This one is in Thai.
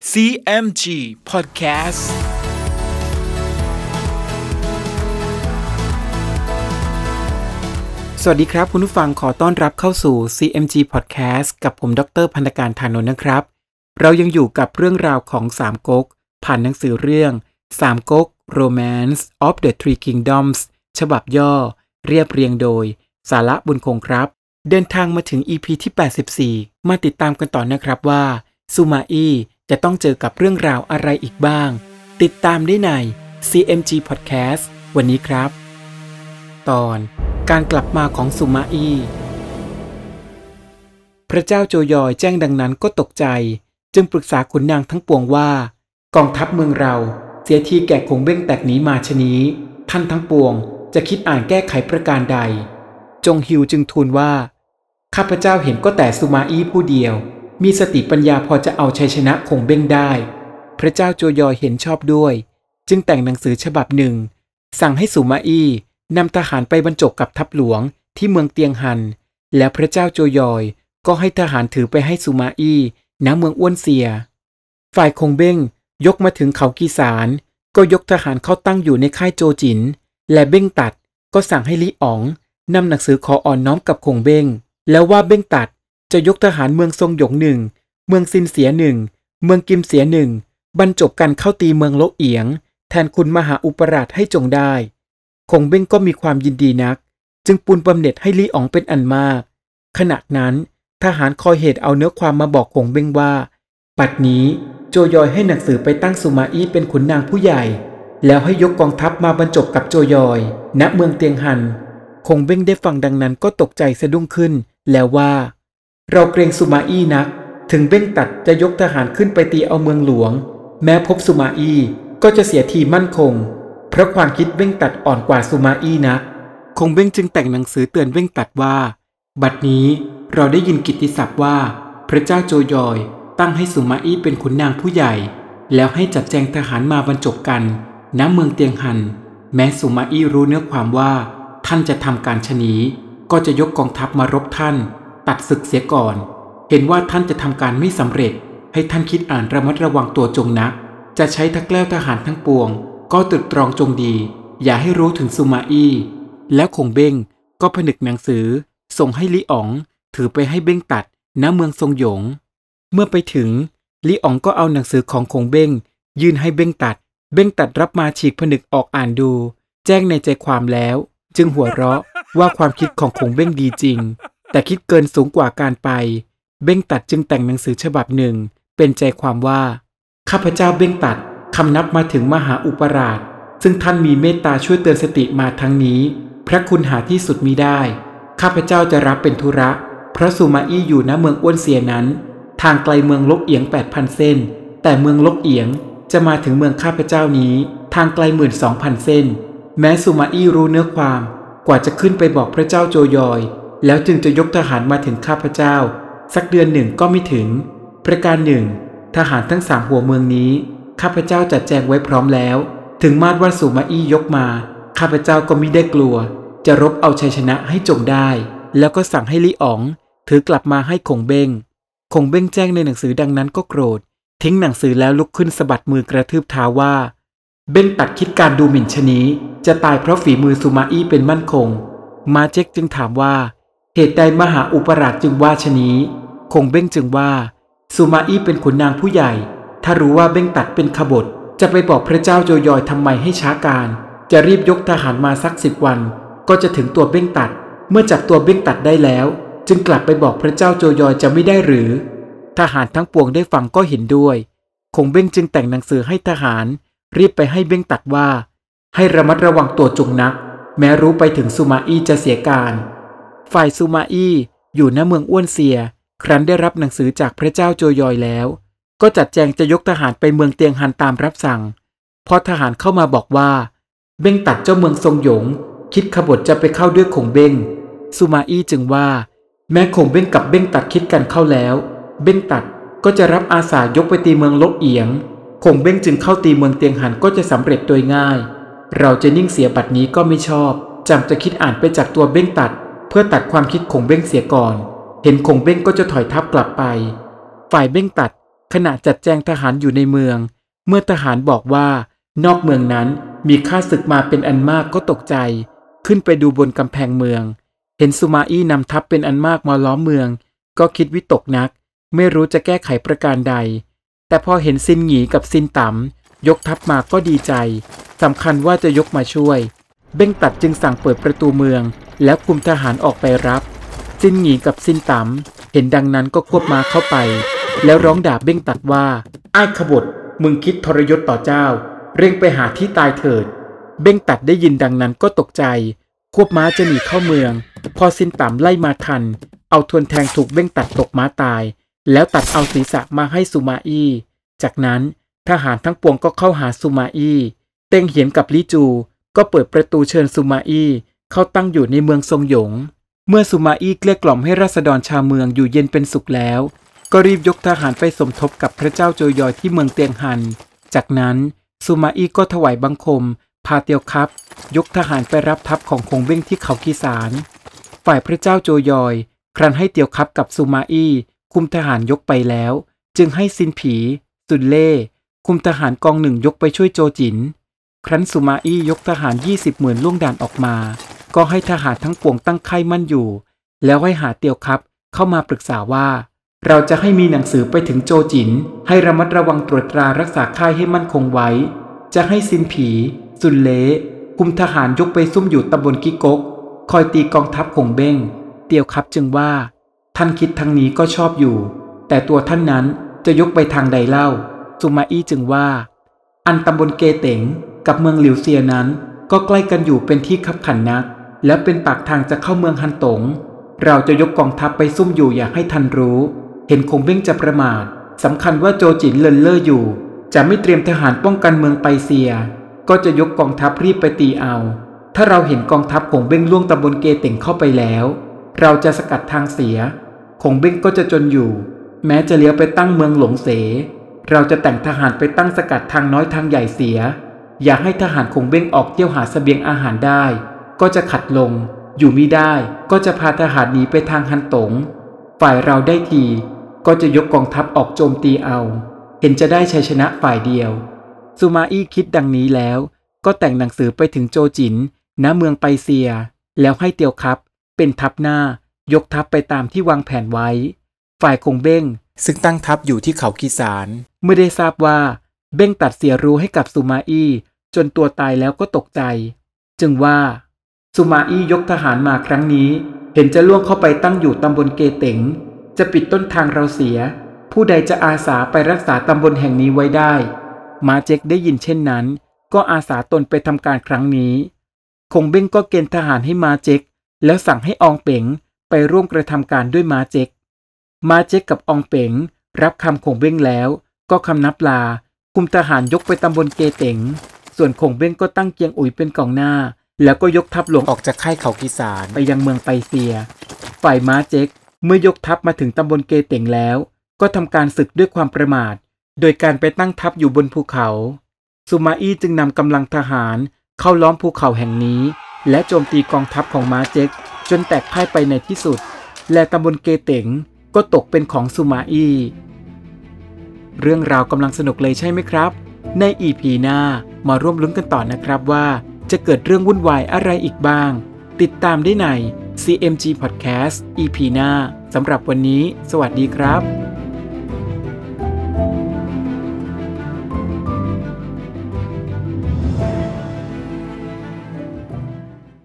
CMG Podcast สวัสดีครับคุณผู้ฟังขอต้อนรับเข้าสู่ CMG Podcast กับผมดร.พันธการ ธานนท์นะครับเรายังอยู่กับเรื่องราวของสามก๊กผ่านหนังสือเรื่องสามก๊ก Romance of the Three Kingdoms ฉบับย่อเรียบเรียงโดยสาระบุญคงครับเดินทางมาถึง EP ที่84มาติดตามกันต่อนะครับว่าซูมาอี้จะต้องเจอกับเรื่องราวอะไรอีกบ้างติดตามได้ใน CMG Podcast วันนี้ครับตอนการกลับมาของซูมาอี้พระเจ้าโจยอยแจ้งดังนั้นก็ตกใจจึงปรึกษาขุนนางทั้งปวงว่ากองทัพเมืองเราเสียทีแก่คงเบ้งแตกหนีมาชะนี้ท่านทั้งปวงจะคิดอ่านแก้ไขประการใดจงฮิวจึงทูลว่าข้าพเจ้าเห็นก็แต่ซูมาอี้ผู้เดียวมีสติปัญญาพอจะเอาชัยชนะคงเบ้งได้พระเจ้าโจยอยเห็นชอบด้วยจึงแต่งหนังสือฉบับหนึ่งสั่งให้ซูมาอี้นำทหารไปบรรจบกับทัพหลวงที่เมืองเตียงฮันแล้วพระเจ้าโจยอยก็ให้ทหารถือไปให้ซูมาอี้ณเมืองอ้วนเซียฝ่ายคงเบ้งยกมาถึงเขากีสารก็ยกทหารเข้าตั้งอยู่ในค่ายโจจินและเบ้งตัดก็สั่งให้ลิอ๋องนำหนังสือขออ่อนน้อมกับคงเบ้งแล้วว่าเบ้งตัดจะยกทหารเมืองทรงหยงหนึ่งเมืองซินเสียหนึ่งเมืองกิมเสียหนึ่งบรรจบกันเข้าตีเมืองโลเอียงแทนคุณมหาอุปราชให้จงได้คงเบ้งก็มีความยินดีนักจึงปูนบำเหน็จให้ลี่อ๋องเป็นอันมากขณะนั้นทหารคอยเหตุเอาเนื้อความมาบอกคงเบ้งว่าปัดนี้โจยอยให้หนังสือไปตั้งซูมาอี้เป็นขุนนางผู้ใหญ่แล้วให้ยกกองทัพมาบรรจบกับโจยอยณเมืองเตียงฮันคงเบ้งได้ฟังดังนั้นก็ตกใจสะดุ้งขึ้นแล้วว่าเราเกรงซูมาอี้นักถึงเบ้งตัดจะยกทหารขึ้นไปตีเอาเมืองหลวงแม้พบซูมาอี้ก็จะเสียทีมั่นคงเพราะความคิดเบ้งตัดอ่อนกว่าซูมาอี้นักคงเบ้งจึงแต่งหนังสือเตือนเบ้งตัดว่าบัดนี้เราได้ยินกิตติศัพท์ว่าพระเจ้าโจยอยตั้งให้ซูมาอี้เป็นขุนนางผู้ใหญ่แล้วให้จัดแจงทหารมาบรรจบกันณเมืองเตียงฮันแม้ซูมาอี้รู้เนื้อความว่าท่านจะทำการชนีก็จะยกกองทัพมารบท่านตัดศึกเสียก่อนเห็นว่าท่านจะทำการไม่สำเร็จให้ท่านคิดอ่านระมัดระวังตัวจงนักจะใช้ทักแกล้วทหารทั้งปวงก็ตรึกตรองจงดีอย่าให้รู้ถึงซูมาอี้แล้วคงเบ้งก็ผนึกหนังสือส่งให้ลิอ๋องถือไปให้เบ้งตัดณเมืองทรงหยงเมื่อไปถึงลิอ๋องก็เอาหนังสือของคงเบ้งยื่นให้เบ้งตัดรับมาฉีกผนึกออกอ่านดูแจ้งในใจความแล้วจึงหัวเราะว่าความคิดของคงเบ้งดีจริงแต่คิดเกินสูงกว่าการไปเบ้งตัดจึงแต่งหนังสือฉบับหนึ่งเป็นใจความว่าข้าพเจ้าเบ้งตัดคำนับมาถึงมหาอุปราชซึ่งท่านมีเมตตาช่วยเตือนสติมาทั้งนี้พระคุณหาที่สุดมิได้ข้าพเจ้าจะรับเป็นธุระเพราะซูมาอี้อยู่ณเมืองอ้วนเสียนั้นทางไกลเมืองลกเอียง 8,000 เส้นแต่เมืองลกเอียงจะมาถึงเมืองข้าพเจ้านี้ทางไกล 12,000 เส้นแม้ซูมาอี้รู้เนื้อความกว่าจะขึ้นไปบอกพระเจ้าโจยอยแล้วจึงจะยกทหารมาถึงข้าพเจ้าสักเดือนหนึ่งก็ไม่ถึงประการหนึ่งทหารทั้ง3หัวเมืองนี้ข้าพเจ้าจัดแจงไว้พร้อมแล้วถึงมาดว่าซูมาอี้ยกมาข้าพเจ้าก็มิได้กลัวจะรบเอาชัยชนะให้จงได้แล้วก็สั่งให้ลิอ๋องถือกลับมาให้คงเบ้งแจ้งในหนังสือดังนั้นก็โกรธทิ้งหนังสือแล้วลุกขึ้นสะบัดมือกระทืบเท้าว่าเบ้งตัดคิดการดูหมิ่นชะนี้จะตายเพราะฝีมือซูมาอี้เป็นมั่นคงมาเจ๊กจึงถามว่าเหตุใดมหาอุปราชจึงว่าชะนี้คงเบ้งจึงว่าซูมาอี้เป็นขุนนางผู้ใหญ่ถ้ารู้ว่าเบ้งตัดเป็นขบฏจะไปบอกพระเจ้าโจยอยทำไมให้ช้าการจะรีบยกทหารมาสัก10 วันก็จะถึงตัวเบ้งตัดเมื่อจับตัวเบ้งตัดได้แล้วจึงกลับไปบอกพระเจ้าโจยอยจะไม่ได้หรือทหารทั้งปวงได้ฟังก็เห็นด้วยคงเบ้งจึงแต่งหนังสือให้ทหารรีบไปให้เบ้งตัดว่าให้ระมัดระวังตัวจงนักแม้รู้ไปถึงซูมาอี้จะเสียการฝ่ายซูมาอี้อยู่ณเมืองอ้วนเซียครั้นได้รับหนังสือจากพระเจ้าโจยอยแล้วก็จัดแจงจะยกทหารไปเมืองเตียงฮันตามรับสั่งพอทหารเข้ามาบอกว่าเบ้งตัดเจ้าเมืองทรงหยงคิดขบฏจะไปเข้าด้วยคงเบ้งซูมาอี้จึงว่าแม้คงเบ้งกับเบ้งตัดคิดกันเข้าแล้วเบ้งตัดก็จะรับอาสายกไปตีเมืองลกเอียงคงเบ้งจึงเข้าตีเมืองเตียงฮันก็จะสำเร็จโดยง่ายเราจะนิ่งเสียบัดนี้ก็ไม่ชอบจำจะคิดอ่านไปจากตัวเบ้งตัดเพื่อตัดความคิดคงเบ้งเสียก่อนเห็นคงเบ้งก็จะถอยทัพกลับไปฝ่ายเบ้งตัดขณะจัดแจงทหารอยู่ในเมืองเมื่อทหารบอกว่านอกเมืองนั้นมีข้าศึกมาเป็นอันมากก็ตกใจขึ้นไปดูบนกำแพงเมืองเห็นซูมาอี้นำทัพเป็นอันมากมาล้อมเมืองก็คิดวิตกนักไม่รู้จะแก้ไขประการใดแต่พอเห็นซินหงีกับซินตั๋มยกทัพมาก็ดีใจสำคัญว่าจะยกมาช่วยเบ้งตัดจึงสั่งเปิดประตูเมืองแล้วคุมทหารออกไปรับซินหงีกับซินตั๋มเห็นดังนั้นก็ควบม้าเข้าไปแล้วร้องด่าเบ้งตัดว่าอ้ายขบฏมึงคิดทรยศต่อเจ้าเร่งไปหาที่ตายเถิดเบ้งตัดได้ยินดังนั้นก็ตกใจควบม้าจะหนีเข้าเมืองพอซินตั๋มไล่มาทันเอาทวนแทงถูกเบ้งตัดตกม้าตายแล้วตัดเอาศีรษะมาให้ซูมาอี้จากนั้นทหารทั้งปวงก็เข้าหาซูมาอี้เต็งเหียนกับลี่จูก็เปิดประตูเชิญซูมาอี้เข้าตั้งอยู่ในเมืองซงหยงเมื่อซูมาอี้เกลี้ยกล่อมให้ราษฎรชาวเมืองอยู่เย็นเป็นสุขแล้วก็รีบยกทหารไปสมทบกับพระเจ้าโจยอยที่เมืองเตียงฮันจากนั้นซูมาอี้ก็ถวายบังคมพาเตียวคับยกทหารไปรับทัพของคงเบ้งที่เขากีสารฝ่ายพระเจ้าโจยอยครั้นให้เตียวคับกับซูมาอี้คุมทหารยกไปแล้วจึงให้ซินผีซุนเล่คุมทหารกองหนึ่งยกไปช่วยโจจินครั้นซูมาอี้ยกทหาร20,000ล่วงด่านออกมาก็ให้ทหารทั้งปวงตั้งค่ายมั่นอยู่แล้วให้หาเตียวคับเข้ามาปรึกษาว่าเราจะให้มีหนังสือไปถึงโจจินให้ระมัดระวังตรวจตรารักษาค่ายให้มั่นคงไว้จะให้ซินผีซุนเล่คุมทหารยกไปซุ่มอยู่ตำบลกิกกคอยตีกองทัพคงเบ้งเตียวคับจึงว่าท่านคิดทางนี้ก็ชอบอยู่แต่ตัวท่านนั้นจะยกไปทางใดเล่าซูมาอี้จึงว่าอันตำบลเกเต๋งกับเมืองหลิวเซียนั้นก็ใกล้กันอยู่เป็นที่คับขันนักและเป็นปากทางจะเข้าเมืองฮันตงเราจะยกกองทัพไปซุ่มอยู่อย่าให้ท่านรู้เห็นคงเบ้งจะประมาทสำคัญว่าโจจินเลินเล่ออยู่จะไม่เตรียมทหารป้องกันเมืองไปเซียก็จะยกกองทัพรีบไปตีเอาถ้าเราเห็นกองทัพคงเบ้งล่วงตำบลเกเต๋งเข้าไปแล้วเราจะสกัดทางเสียคงเบ้งก็จะจนอยู่แม้จะเลี้ยวไปตั้งเมืองหลงเสเราจะแต่งทหารไปตั้งสกัดทางน้อยทางใหญ่เสียอย่าให้ทหารคงเบ้งออกเที่ยวหาเสบียงอาหารได้ก็จะขัดลงอยู่มิได้ก็จะพาทหารหนีไปทางฮันตงฝ่ายเราได้ทีก็จะยกกองทัพออกโจมตีเอาเห็นจะได้ชัยชนะฝ่ายเดียวซูมาอี้คิดดังนี้แล้วก็แต่งหนังสือไปถึงโจจินณเมืองไปเซียแล้วให้เตียวคับเป็นทัพหน้ายกทัพไปตามที่วางแผนไว้ฝ่ายคงเบ้งซึ่งตั้งทัพอยู่ที่เขากีสารเมื่อได้ทราบว่าเบ้งตัดเสียรู้ให้กับซูมาอี้จนตัวตายแล้วก็ตกใจจึงว่าซูมาอี้ยกทหารมาครั้งนี้เห็นจะล่วงเข้าไปตั้งอยู่ตำบลเกเต๋งจะปิดต้นทางเราเสียผู้ใดจะอาสาไปรักษาตำบลแห่งนี้ไว้ได้มาเจ็กได้ยินเช่นนั้นก็อาสาตนไปทำการครั้งนี้คงเบ้งก็เกณฑ์ทหารให้มาเจ็กแล้วสั่งให้อองเป๋งไปร่วมกระทำการด้วยมาเจ็กกับอองเป๋งรับคำคงเบ้งแล้วก็คำนับลาคุมทหารยกไปตำบลเกเต๋งส่วนคงเบ้งก็ตั้งเกียงอุ๋ยเป็นกองหน้าแล้วก็ยกทัพหลวงออกจากค่ายเขากีสารไปยังเมืองไปเซียฝ่ายม้าเจ็กเมื่อยกทัพมาถึงตำบลเกเต๋งแล้วก็ทำการศึกด้วยความประมาทโดยการไปตั้งทัพอยู่บนภูเขาซูมาอี้จึงนำกำลังทหารเข้าล้อมภูเขาแห่งนี้และโจมตีกองทัพของม้าเจ็กจนแตกพ่ายไปในที่สุดและตำบลเกเต๋งก็ตกเป็นของซูมาอี้เรื่องราวกำลังสนุกเลยใช่ไหมครับใน EP หน้ามาร่วมลุ้นกันต่อนะครับว่าจะเกิดเรื่องวุ่นวายอะไรอีกบ้างติดตามได้ใน CMG Podcast EP หน้าสำหรับวันนี้สวัสดีครับ